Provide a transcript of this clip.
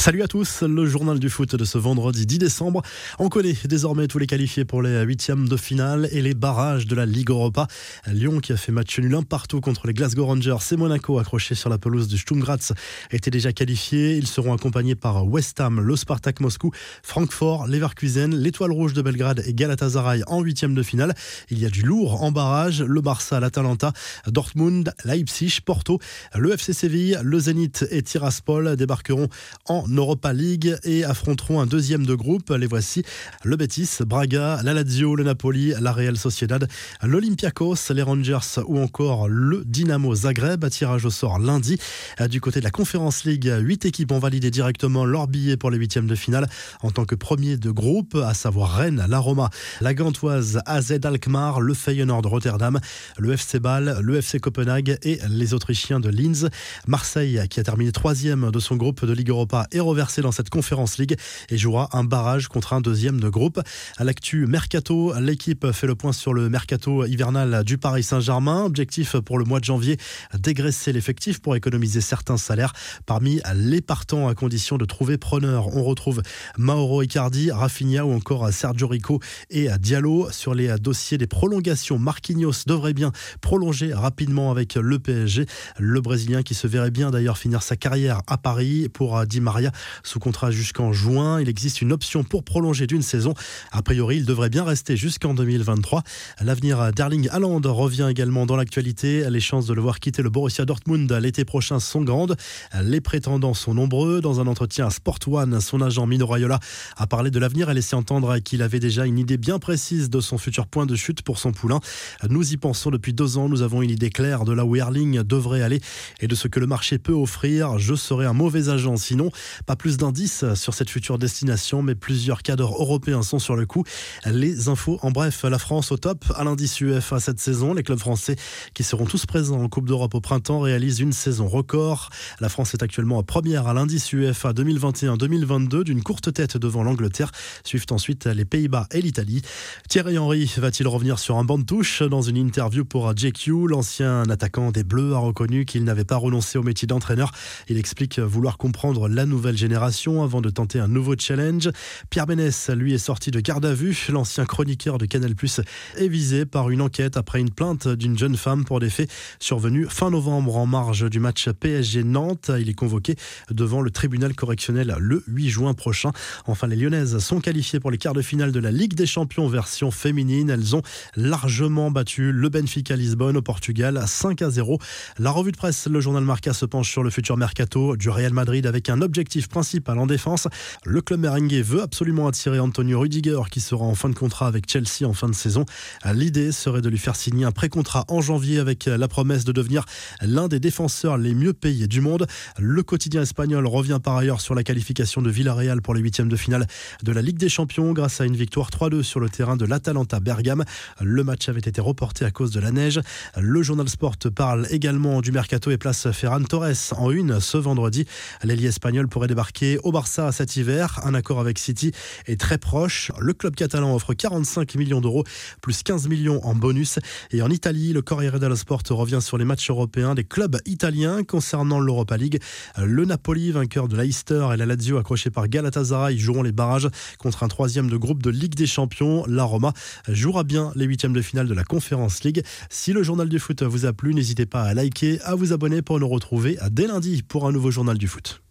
Salut à tous, le journal du foot de ce vendredi 10 décembre. On connaît désormais tous les qualifiés pour les huitièmes de finale et les barrages de la Ligue Europa. Lyon, qui a fait match nul un partout contre les Glasgow Rangers, et Monaco, accroché sur la pelouse du Sturm Graz, étaient déjà qualifiés. Ils seront accompagnés par West Ham, le Spartak Moscou, Francfort, Leverkusen, l'Étoile Rouge de Belgrade et Galatasaray en huitièmes de finale. Il y a du lourd en barrage, le Barça, l'Atalanta, Dortmund, Leipzig, Porto, le FC Séville, le Zénith et Tiraspol débarqueront en Europa League et affronteront un deuxième de groupe. Les voici: le Betis, Braga, la Lazio, le Napoli, la Real Sociedad, l'Olympiakos, les Rangers ou encore le Dynamo Zagreb. Tirage au sort lundi. Du côté de la Conference League, 8 équipes ont validé directement leur billet pour les huitièmes de finale en tant que premier de groupe, à savoir Rennes, la Roma, la Gantoise, AZ Alkmaar, le Feyenoord de Rotterdam, le FC Bâle, le FC Copenhague et les Autrichiens de Linz. Marseille, qui a terminé troisième de son groupe de Ligue Europa, est reversé dans cette Conference League et jouera un barrage contre un deuxième de groupe. À l'actu mercato, l'équipe fait le point sur le mercato hivernal du Paris Saint-Germain. Objectif pour le mois de janvier: dégraisser l'effectif pour économiser certains salaires. Parmi les partants, à condition de trouver preneur, on retrouve Mauro Icardi, Rafinha ou encore Sergio Rico et Diallo. Sur les dossiers des prolongations, Marquinhos devrait bien prolonger rapidement avec le PSG. Le Brésilien, qui se verrait bien d'ailleurs finir sa carrière à Paris. Pour Di Maria, sous contrat jusqu'en juin, il existe une option pour prolonger d'une saison. A priori, il devrait bien rester jusqu'en 2023. L'avenir d'Erling Haaland revient également dans l'actualité. Les chances de le voir quitter le Borussia Dortmund l'été prochain sont grandes. Les prétendants sont nombreux. Dans un entretien à Sport One, son agent Mino Raiola a parlé de l'avenir et laissé entendre qu'il avait déjà une idée bien précise de son futur point de chute pour son poulain. Nous y pensons depuis 2 ans. Nous avons une idée claire de là où Erling devrait aller et de ce que le marché peut offrir. Je serais un mauvais agent sinon. Pas plus d'indices sur cette future destination, mais plusieurs cadres européens sont sur le coup. Les infos en bref: la France au top à l'indice UEFA cette saison. Les clubs français, qui seront tous présents en Coupe d'Europe au printemps, réalisent une saison record. La France est actuellement première à l'indice UEFA 2021-2022, d'une courte tête devant l'Angleterre. Suivent ensuite les Pays-Bas et l'Italie. Thierry Henry va-t-il revenir sur un banc de touche? Dans une interview pour JQ, l'ancien attaquant des Bleus a reconnu qu'il n'avait pas renoncé au métier d'entraîneur. Il explique vouloir comprendre la nouvelle génération avant de tenter un nouveau challenge. Pierre Ménès, lui, est sorti de garde à vue. L'ancien chroniqueur de Canal+ est visé par une enquête après une plainte d'une jeune femme pour des faits survenus fin novembre en marge du match PSG-Nantes. Il est convoqué devant le tribunal correctionnel le 8 juin prochain. Enfin, les Lyonnaises sont qualifiées pour les quarts de finale de la Ligue des Champions version féminine. Elles ont largement battu le Benfica Lisbonne au Portugal 5-0. La revue de presse, le journal Marca, se penche sur le futur mercato du Real Madrid avec un objectif principal en défense. Le club merengue veut absolument attirer Antonio Rudiger, qui sera en fin de contrat avec Chelsea en fin de saison. L'idée serait de lui faire signer un pré-contrat en janvier avec la promesse de devenir l'un des défenseurs les mieux payés du monde. Le quotidien espagnol revient par ailleurs sur la qualification de Villarreal pour les huitièmes de finale de la Ligue des Champions grâce à une victoire 3-2 sur le terrain de l'Atalanta Bergame. Le match avait été reporté à cause de la neige. Le journal Sport parle également du mercato et place Ferran Torres en une ce vendredi. L'ailier espagnol pourrait débarquer au Barça cet hiver. Un accord avec City est très proche. Le club catalan offre 45 millions d'euros plus 15 millions en bonus. Et en Italie, le Corriere dello Sport revient sur les matchs européens des clubs italiens concernant l'Europa League. Le Napoli, vainqueur de Leicester, et la Lazio, accrochés par Galatasaray, joueront les barrages contre un troisième de groupe de Ligue des Champions. La Roma jouera bien les huitièmes de finale de la Conference League. Si le journal du foot vous a plu, n'hésitez pas à liker, à vous abonner pour nous retrouver dès lundi pour un nouveau journal du foot.